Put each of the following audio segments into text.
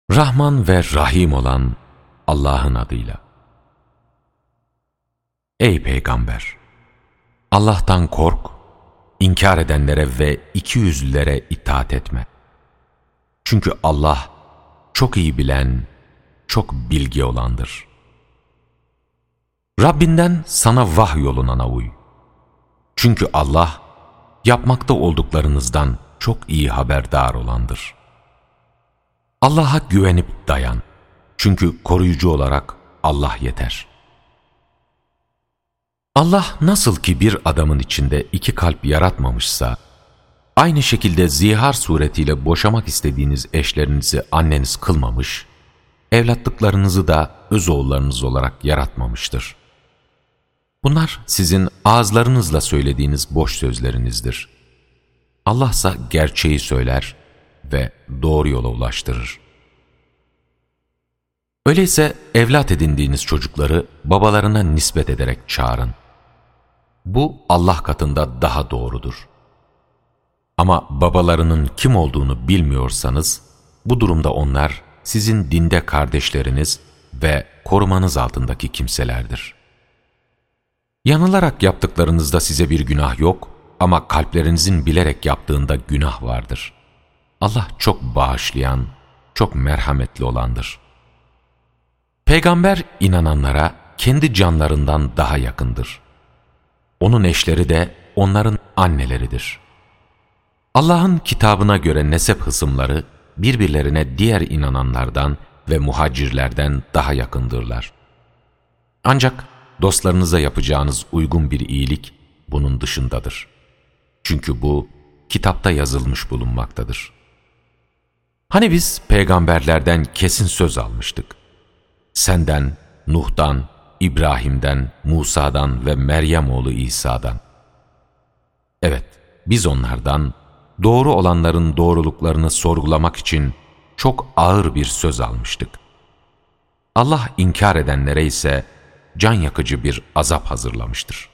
Rahman ve Rahim olan Allah'ın adıyla. Ey Peygamber! Allah'tan kork, inkar edenlere ve ikiyüzlülere itaat etme. Çünkü Allah çok iyi bilen, çok bilgi olandır. Rabbinden sana vahyolunana uy. Çünkü Allah, yapmakta olduklarınızdan çok iyi haberdar olandır. Allah'a güvenip dayan. Çünkü koruyucu olarak Allah yeter. Allah nasıl ki bir adamın içinde iki kalp yaratmamışsa, aynı şekilde zihar suretiyle boşamak istediğiniz eşlerinizi anneniz kılmamış, evlatlıklarınızı da öz oğullarınız olarak yaratmamıştır. Bunlar sizin ağızlarınızla söylediğiniz boş sözlerinizdir. Allah ise gerçeği söyler ve doğru yola ulaştırır. Öyleyse evlat edindiğiniz çocukları babalarına nispet ederek çağırın. Bu Allah katında daha doğrudur. Ama babalarının kim olduğunu bilmiyorsanız, bu durumda onlar sizin dinde kardeşleriniz ve korumanız altındaki kimselerdir. Yanılarak yaptıklarınızda size bir günah yok ama kalplerinizin bilerek yaptığında günah vardır. Allah çok bağışlayan, çok merhametli olandır. Peygamber inananlara kendi canlarından daha yakındır. Onun eşleri de onların anneleridir. Allah'ın kitabına göre nesep hısımları birbirlerine diğer inananlardan ve muhacirlerden daha yakındırlar. Ancak dostlarınıza yapacağınız uygun bir iyilik bunun dışındadır. Çünkü bu kitapta yazılmış bulunmaktadır. Hani biz peygamberlerden kesin söz almıştık. Senden, Nuh'dan, İbrahim'den, Musa'dan ve Meryem oğlu İsa'dan. Evet, biz onlardan doğru olanların doğruluklarını sorgulamak için çok ağır bir söz almıştık. Allah inkar edenlere ise can yakıcı bir azap hazırlamıştır.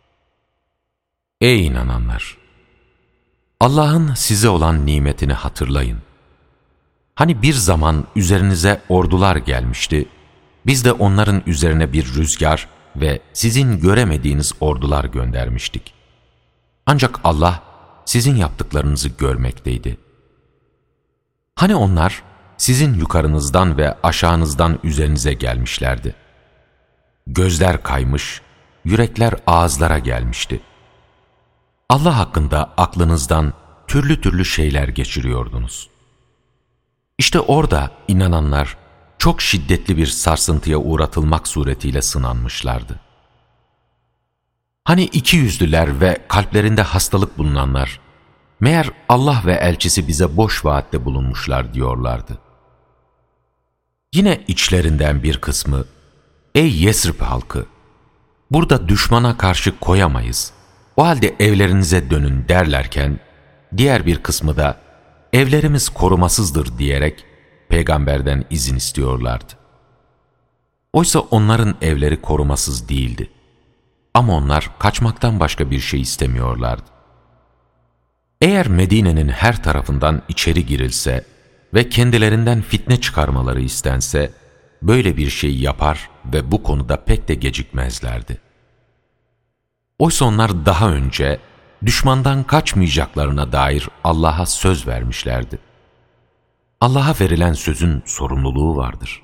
Ey inananlar! Allah'ın size olan nimetini hatırlayın. Hani bir zaman üzerinize ordular gelmişti, biz de onların üzerine bir rüzgar ve sizin göremediğiniz ordular göndermiştik. Ancak Allah sizin yaptıklarınızı görmekteydi. Hani onlar sizin yukarınızdan ve aşağınızdan üzerinize gelmişlerdi. Gözler kaymış, yürekler ağızlara gelmişti. Allah hakkında aklınızdan türlü türlü şeyler geçiriyordunuz. İşte orada inananlar çok şiddetli bir sarsıntıya uğratılmak suretiyle sınanmışlardı. Hani ikiyüzlüler ve kalplerinde hastalık bulunanlar, meğer Allah ve elçisi bize boş vaatte bulunmuşlar diyorlardı. Yine içlerinden bir kısmı, ey Yesrib halkı, burada düşmana karşı koyamayız, o halde evlerinize dönün derlerken, diğer bir kısmı da evlerimiz korumasızdır diyerek peygamberden izin istiyorlardı. Oysa onların evleri korumasız değildi. Ama onlar kaçmaktan başka bir şey istemiyorlardı. Eğer Medine'nin her tarafından içeri girilse ve kendilerinden fitne çıkarmaları istense, böyle bir şey yapar ve bu konuda pek de gecikmezlerdi. Oysa onlar daha önce düşmandan kaçmayacaklarına dair Allah'a söz vermişlerdi. Allah'a verilen sözün sorumluluğu vardır.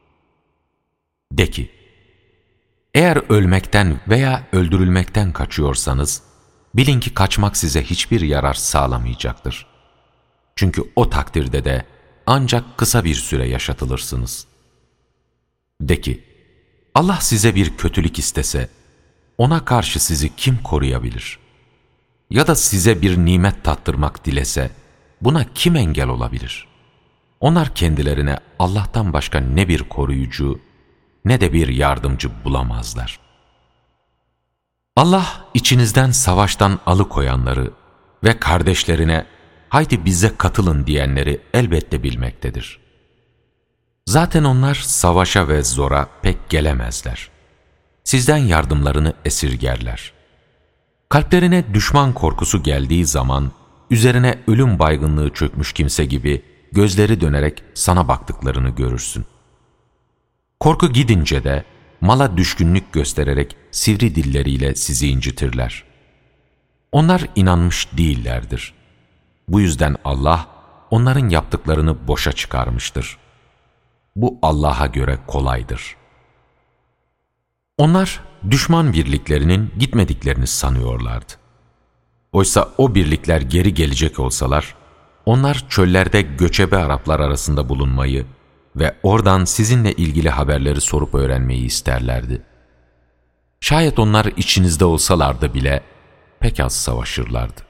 De ki, eğer ölmekten veya öldürülmekten kaçıyorsanız, bilin ki kaçmak size hiçbir yarar sağlamayacaktır. Çünkü o takdirde de ancak kısa bir süre yaşatılırsınız. De ki, Allah size bir kötülük istese, ona karşı sizi kim koruyabilir? Ya da size bir nimet tattırmak dilese, buna kim engel olabilir? Onlar kendilerine Allah'tan başka ne bir koruyucu, ne de bir yardımcı bulamazlar. Allah içinizden savaştan alıkoyanları ve kardeşlerine haydi bize katılın diyenleri elbette bilmektedir. Zaten onlar savaşa ve zora pek gelemezler. Sizden yardımlarını esirgerler. Kalplerine düşman korkusu geldiği zaman üzerine ölüm baygınlığı çökmüş kimse gibi gözleri dönerek sana baktıklarını görürsün. Korku gidince de mala düşkünlük göstererek sivri dilleriyle sizi incitirler. Onlar inanmış değillerdir. Bu yüzden Allah onların yaptıklarını boşa çıkarmıştır. Bu Allah'a göre kolaydır. Onlar düşman birliklerinin gitmediklerini sanıyorlardı. Oysa o birlikler geri gelecek olsalar, onlar çöllerde göçebe Araplar arasında bulunmayı ve oradan sizinle ilgili haberleri sorup öğrenmeyi isterlerdi. Şayet onlar içinizde olsalardı bile pek az savaşırlardı.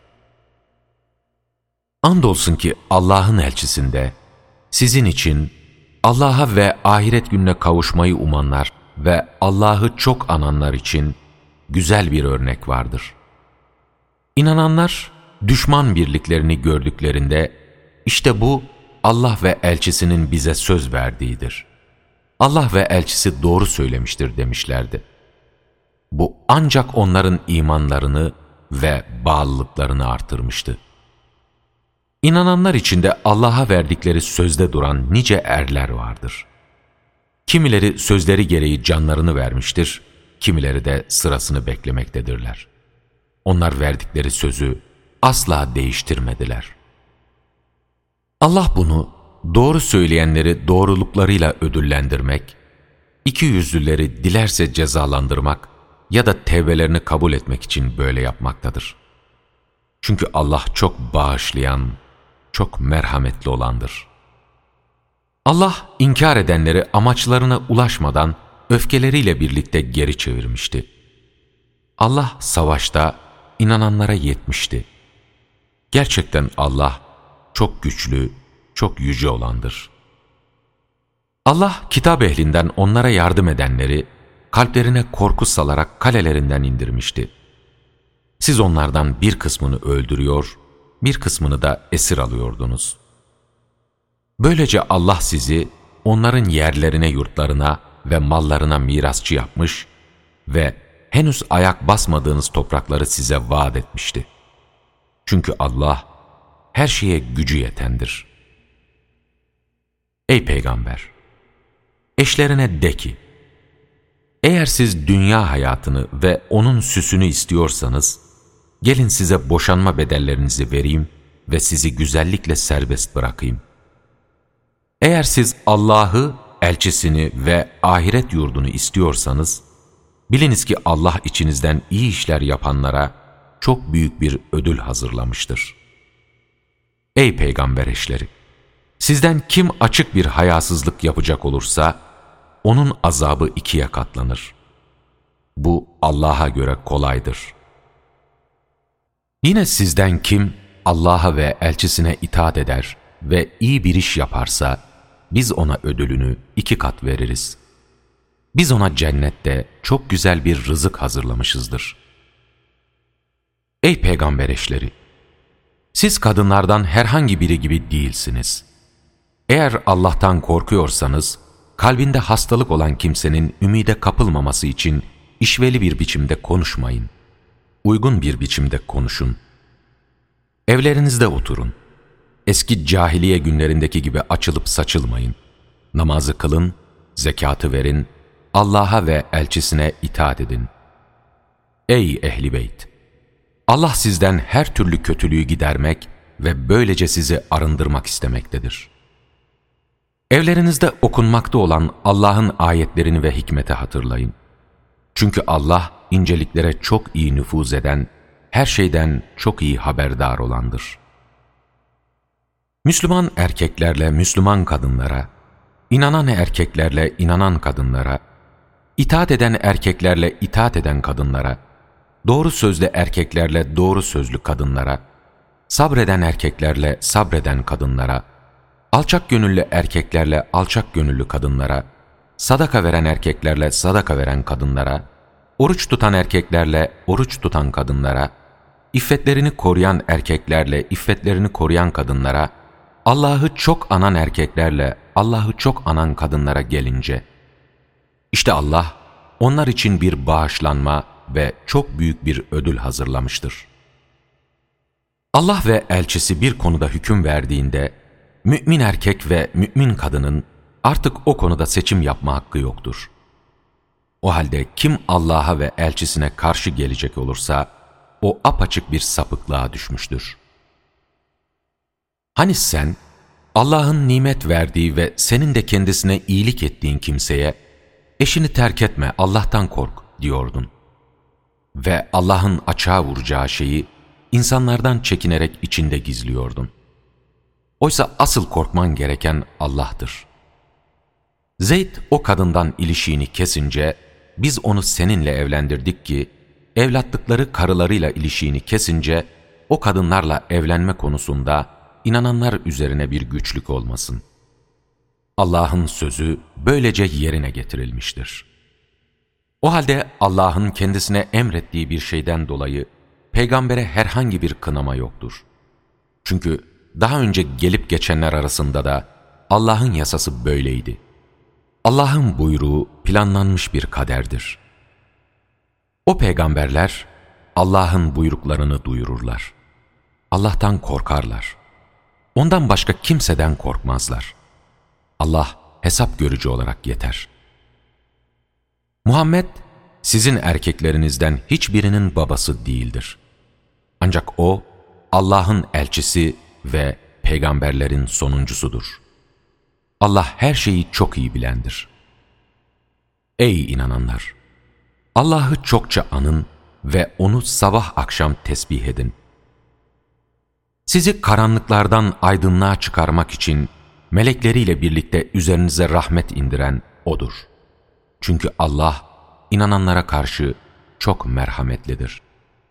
Andolsun ki Allah'ın elçisinde sizin için Allah'a ve ahiret gününe kavuşmayı umanlar ve Allah'ı çok ananlar için güzel bir örnek vardır. İnananlar düşman birliklerini gördüklerinde işte bu Allah ve elçisinin bize söz verdiğidir. Allah ve elçisi doğru söylemiştir demişlerdi. Bu ancak onların imanlarını ve bağlılıklarını artırmıştı. İnananlar içinde Allah'a verdikleri sözde duran nice erler vardır. Kimileri sözleri gereği canlarını vermiştir, kimileri de sırasını beklemektedirler. Onlar verdikleri sözü asla değiştirmediler. Allah bunu doğru söyleyenleri doğruluklarıyla ödüllendirmek, ikiyüzlüleri dilerse cezalandırmak ya da tevbelerini kabul etmek için böyle yapmaktadır. Çünkü Allah çok bağışlayan, çok merhametli olandır. Allah inkar edenleri amaçlarına ulaşmadan öfkeleriyle birlikte geri çevirmişti. Allah savaşta inananlara yetmişti. Gerçekten Allah çok güçlü, çok yüce olandır. Allah kitap ehlinden onlara yardım edenleri kalplerine korku salarak kalelerinden indirmişti. Siz onlardan bir kısmını öldürüyor, bir kısmını da esir alıyordunuz. Böylece Allah sizi onların yerlerine, yurtlarına ve mallarına mirasçı yapmış ve henüz ayak basmadığınız toprakları size vaat etmişti. Çünkü Allah her şeye gücü yetendir. Ey Peygamber! Eşlerine de ki, eğer siz dünya hayatını ve onun süsünü istiyorsanız, gelin size boşanma bedellerinizi vereyim ve sizi güzellikle serbest bırakayım. Eğer siz Allah'ı, elçisini ve ahiret yurdunu istiyorsanız, biliniz ki Allah içinizden iyi işler yapanlara çok büyük bir ödül hazırlamıştır. Ey Peygamber eşleri! Sizden kim açık bir hayasızlık yapacak olursa, onun azabı 2'ye katlanır. Bu Allah'a göre kolaydır. Yine sizden kim Allah'a ve elçisine itaat eder ve iyi bir iş yaparsa, biz ona ödülünü 2 kat veririz. Biz ona cennette çok güzel bir rızık hazırlamışızdır. Ey Peygamber eşleri! Siz kadınlardan herhangi biri gibi değilsiniz. Eğer Allah'tan korkuyorsanız, kalbinde hastalık olan kimsenin ümide kapılmaması için işveli bir biçimde konuşmayın. Uygun bir biçimde konuşun. Evlerinizde oturun. Eski cahiliye günlerindeki gibi açılıp saçılmayın. Namazı kılın, zekatı verin, Allah'a ve elçisine itaat edin. Ey Ehli Beyt! Allah sizden her türlü kötülüğü gidermek ve böylece sizi arındırmak istemektedir. Evlerinizde okunmakta olan Allah'ın ayetlerini ve hikmeti hatırlayın. Çünkü Allah inceliklere çok iyi nüfuz eden, her şeyden çok iyi haberdar olandır. Müslüman erkeklerle Müslüman kadınlara, inanan erkeklerle inanan kadınlara, itaat eden erkeklerle itaat eden kadınlara, doğru sözlü erkeklerle doğru sözlü kadınlara, sabreden erkeklerle sabreden kadınlara, alçak gönüllü erkeklerle alçak gönüllü kadınlara, sadaka veren erkeklerle sadaka veren kadınlara, oruç tutan erkeklerle oruç tutan kadınlara, iffetlerini koruyan erkeklerle iffetlerini koruyan kadınlara, Allah'ı çok anan erkeklerle Allah'ı çok anan kadınlara gelince, işte Allah onlar için bir bağışlanma ve çok büyük bir ödül hazırlamıştır. Allah ve elçisi bir konuda hüküm verdiğinde, mümin erkek ve mümin kadının artık o konuda seçim yapma hakkı yoktur. O halde kim Allah'a ve elçisine karşı gelecek olursa, o apaçık bir sapıklığa düşmüştür. Hani sen, Allah'ın nimet verdiği ve senin de kendisine iyilik ettiğin kimseye, eşini terk etme, Allah'tan kork diyordun. Ve Allah'ın açığa vuracağı şeyi, insanlardan çekinerek içinde gizliyordun. Oysa asıl korkman gereken Allah'tır. Zeyd o kadından ilişiğini kesince, biz onu seninle evlendirdik ki, evlatlıkları karılarıyla ilişiğini kesince, o kadınlarla evlenme konusunda inananlar üzerine bir güçlük olmasın. Allah'ın sözü böylece yerine getirilmiştir. O halde Allah'ın kendisine emrettiği bir şeyden dolayı, peygambere herhangi bir kınama yoktur. Çünkü daha önce gelip geçenler arasında da Allah'ın yasası böyleydi. Allah'ın buyruğu planlanmış bir kaderdir. O peygamberler Allah'ın buyruklarını duyururlar. Allah'tan korkarlar. Ondan başka kimseden korkmazlar. Allah hesap görücü olarak yeter. Muhammed, sizin erkeklerinizden hiçbirinin babası değildir. Ancak o, Allah'ın elçisi ve peygamberlerin sonuncusudur. Allah her şeyi çok iyi bilendir. Ey inananlar! Allah'ı çokça anın ve onu sabah akşam tesbih edin. Sizi karanlıklardan aydınlığa çıkarmak için melekleriyle birlikte üzerinize rahmet indiren O'dur. Çünkü Allah, inananlara karşı çok merhametlidir.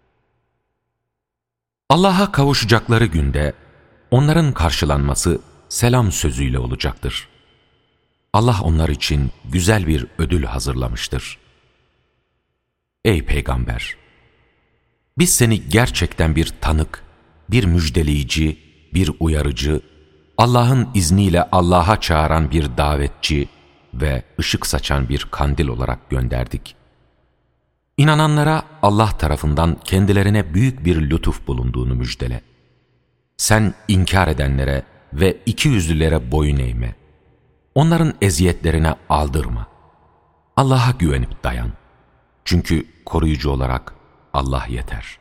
Allah'a kavuşacakları günde, onların karşılanması selam sözüyle olacaktır. Allah onlar için güzel bir ödül hazırlamıştır. Ey Peygamber! Biz seni gerçekten bir tanık, bir müjdeleyici, bir uyarıcı, Allah'ın izniyle Allah'a çağıran bir davetçi ve ışık saçan bir kandil olarak gönderdik. İnananlara Allah tarafından kendilerine büyük bir lütuf bulunduğunu müjdele. Sen inkar edenlere ve ikiyüzlülere boyun eğme. Onların eziyetlerine aldırma. Allah'a güvenip dayan. Çünkü koruyucu olarak Allah yeter.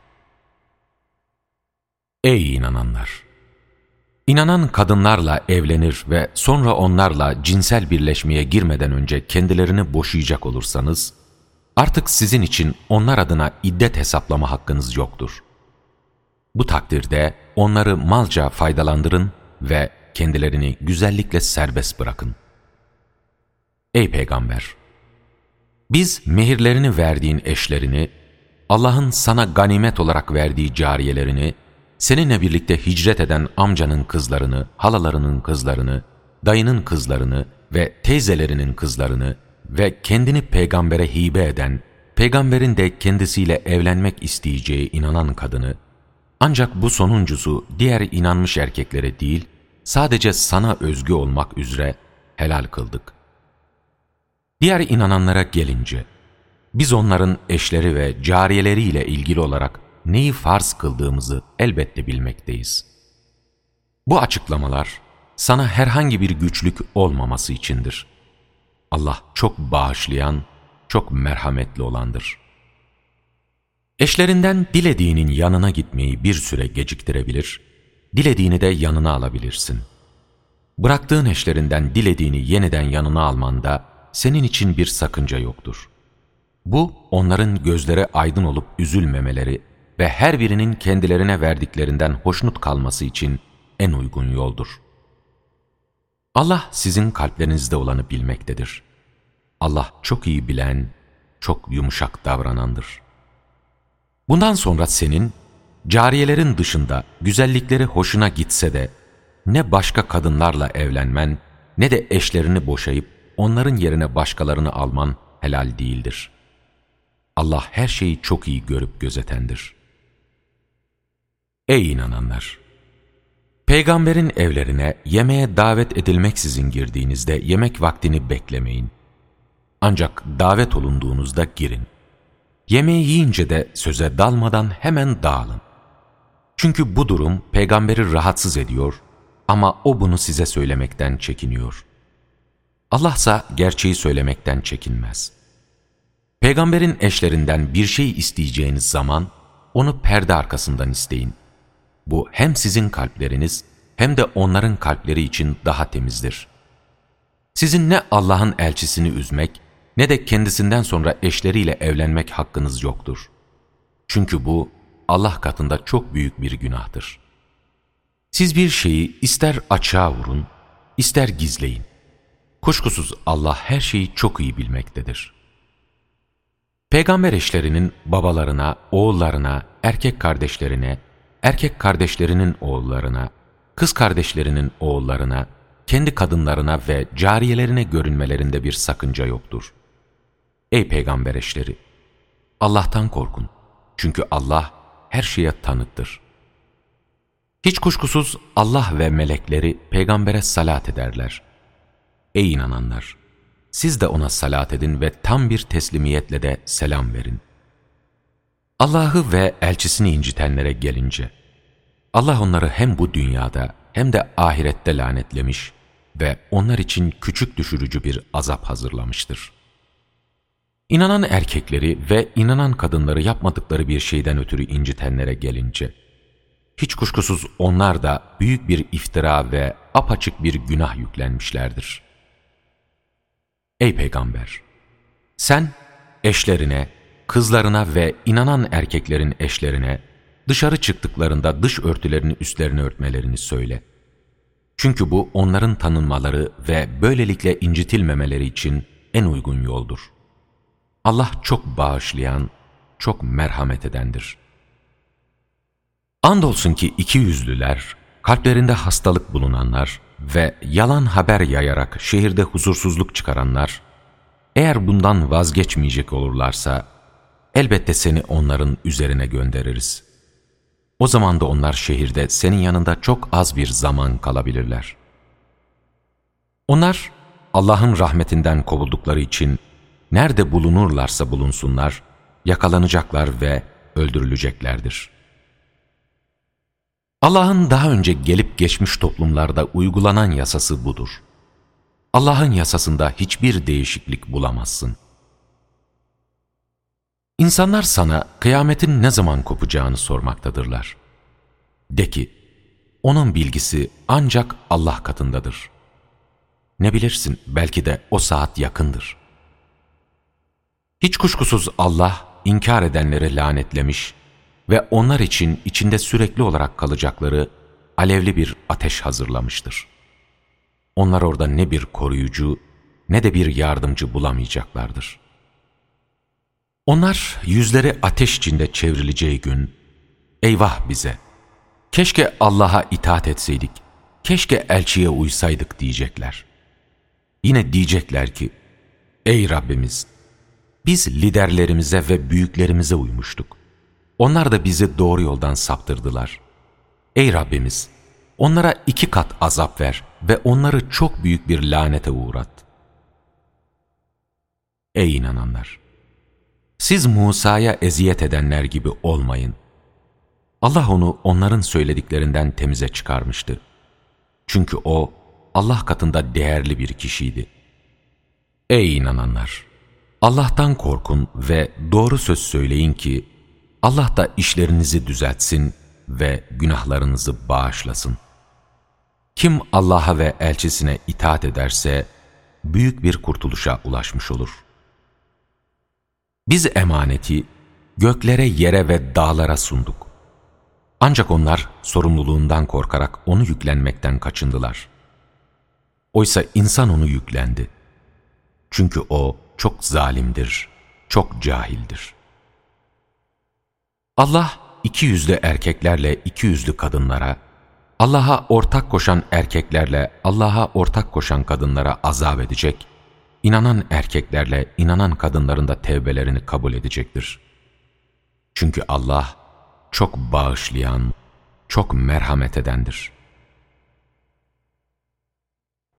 Ey inananlar! İnanan kadınlarla evlenir ve sonra onlarla cinsel birleşmeye girmeden önce kendilerini boşayacak olursanız, artık sizin için onlar adına iddet hesaplama hakkınız yoktur. Bu takdirde onları malca faydalandırın ve kendilerini güzellikle serbest bırakın. Ey Peygamber! Biz mehirlerini verdiğin eşlerini, Allah'ın sana ganimet olarak verdiği cariyelerini, seninle birlikte hicret eden amcanın kızlarını, halalarının kızlarını, dayının kızlarını ve teyzelerinin kızlarını ve kendini peygambere hibe eden, peygamberin de kendisiyle evlenmek isteyeceği inanan kadını, ancak bu sonuncusu diğer inanmış erkeklere değil, sadece sana özgü olmak üzere helal kıldık. Diğer inananlara gelince, biz onların eşleri ve cariyeleriyle ilgili olarak neyi farz kıldığımızı elbette bilmekteyiz. Bu açıklamalar sana herhangi bir güçlük olmaması içindir. Allah çok bağışlayan, çok merhametli olandır. Eşlerinden dilediğinin yanına gitmeyi bir süre geciktirebilir, dilediğini de yanına alabilirsin. Bıraktığın eşlerinden dilediğini yeniden yanına almanda senin için bir sakınca yoktur. Bu, onların gözleri aydın olup üzülmemeleri ve her birinin kendilerine verdiklerinden hoşnut kalması için en uygun yoldur. Allah sizin kalplerinizde olanı bilmektedir. Allah çok iyi bilen, çok yumuşak davranandır. Bundan sonra senin, cariyelerin dışında güzellikleri hoşuna gitse de, ne başka kadınlarla evlenmen, ne de eşlerini boşayıp onların yerine başkalarını alman helal değildir. Allah her şeyi çok iyi görüp gözetendir. Ey inananlar! Peygamberin evlerine yemeğe davet edilmeksizin girdiğinizde yemek vaktini beklemeyin. Ancak davet olunduğunuzda girin. Yemeği yiyince de söze dalmadan hemen dağılın. Çünkü bu durum peygamberi rahatsız ediyor ama o bunu size söylemekten çekiniyor. Allahsa gerçeği söylemekten çekinmez. Peygamberin eşlerinden bir şey isteyeceğiniz zaman onu perde arkasından isteyin. Bu hem sizin kalpleriniz hem de onların kalpleri için daha temizdir. Sizin ne Allah'ın elçisini üzmek ne de kendisinden sonra eşleriyle evlenmek hakkınız yoktur. Çünkü bu Allah katında çok büyük bir günahtır. Siz bir şeyi ister açığa vurun, ister gizleyin. Kuşkusuz Allah her şeyi çok iyi bilmektedir. Peygamber eşlerinin babalarına, oğullarına, erkek kardeşlerine, erkek kardeşlerinin oğullarına, kız kardeşlerinin oğullarına, kendi kadınlarına ve cariyelerine görünmelerinde bir sakınca yoktur. Ey peygamber eşleri! Allah'tan korkun. Çünkü Allah her şeye tanıktır. Hiç kuşkusuz Allah ve melekleri peygambere salat ederler. Ey inananlar! Siz de ona salat edin ve tam bir teslimiyetle de selam verin. Allah'ı ve elçisini incitenlere gelince, Allah onları hem bu dünyada hem de ahirette lanetlemiş ve onlar için küçük düşürücü bir azap hazırlamıştır. İnanan erkekleri ve inanan kadınları yapmadıkları bir şeyden ötürü incitenlere gelince, hiç kuşkusuz onlar da büyük bir iftira ve apaçık bir günah yüklenmişlerdir. Ey Peygamber! Sen eşlerine, kızlarına ve inanan erkeklerin eşlerine dışarı çıktıklarında dış örtülerini üstlerine örtmelerini söyle. Çünkü bu onların tanınmaları ve böylelikle incitilmemeleri için en uygun yoldur. Allah çok bağışlayan, çok merhamet edendir. Andolsun ki ikiyüzlüler, kalplerinde hastalık bulunanlar ve yalan haber yayarak şehirde huzursuzluk çıkaranlar, eğer bundan vazgeçmeyecek olurlarsa, elbette seni onların üzerine göndeririz. O zaman da onlar şehirde senin yanında çok az bir zaman kalabilirler. Onlar, Allah'ın rahmetinden kovuldukları için, nerede bulunurlarsa bulunsunlar, yakalanacaklar ve öldürüleceklerdir. Allah'ın daha önce gelip geçmiş toplumlarda uygulanan yasası budur. Allah'ın yasasında hiçbir değişiklik bulamazsın. İnsanlar sana kıyametin ne zaman kopacağını sormaktadırlar. De ki, onun bilgisi ancak Allah katındadır. Ne bilirsin, belki de o saat yakındır. Hiç kuşkusuz Allah inkar edenleri lanetlemiş ve onlar için içinde sürekli olarak kalacakları alevli bir ateş hazırlamıştır. Onlar orada ne bir koruyucu ne de bir yardımcı bulamayacaklardır. Onlar yüzleri ateş içinde çevrileceği gün, eyvah bize! Keşke Allah'a itaat etseydik, keşke elçiye uysaydık diyecekler. Yine diyecekler ki, ey Rabbimiz! Biz liderlerimize ve büyüklerimize uymuştuk. Onlar da bizi doğru yoldan saptırdılar. Ey Rabbimiz! Onlara 2 kat azap ver ve onları çok büyük bir lanete uğrat. Ey inananlar! Siz Musa'ya eziyet edenler gibi olmayın. Allah onu onların söylediklerinden temize çıkarmıştı. Çünkü o Allah katında değerli bir kişiydi. Ey inananlar! Allah'tan korkun ve doğru söz söyleyin ki Allah da işlerinizi düzeltsin ve günahlarınızı bağışlasın. Kim Allah'a ve elçisine itaat ederse büyük bir kurtuluşa ulaşmış olur. Biz emaneti göklere, yere ve dağlara sunduk. Ancak onlar sorumluluğundan korkarak onu yüklenmekten kaçındılar. Oysa insan onu yüklendi. Çünkü o çok zalimdir, çok cahildir. Allah ikiyüzlü erkeklerle ikiyüzlü kadınlara, Allah'a ortak koşan erkeklerle Allah'a ortak koşan kadınlara azap edecek, inanan erkeklerle inanan kadınların da tevbelerini kabul edecektir. Çünkü Allah çok bağışlayan, çok merhamet edendir.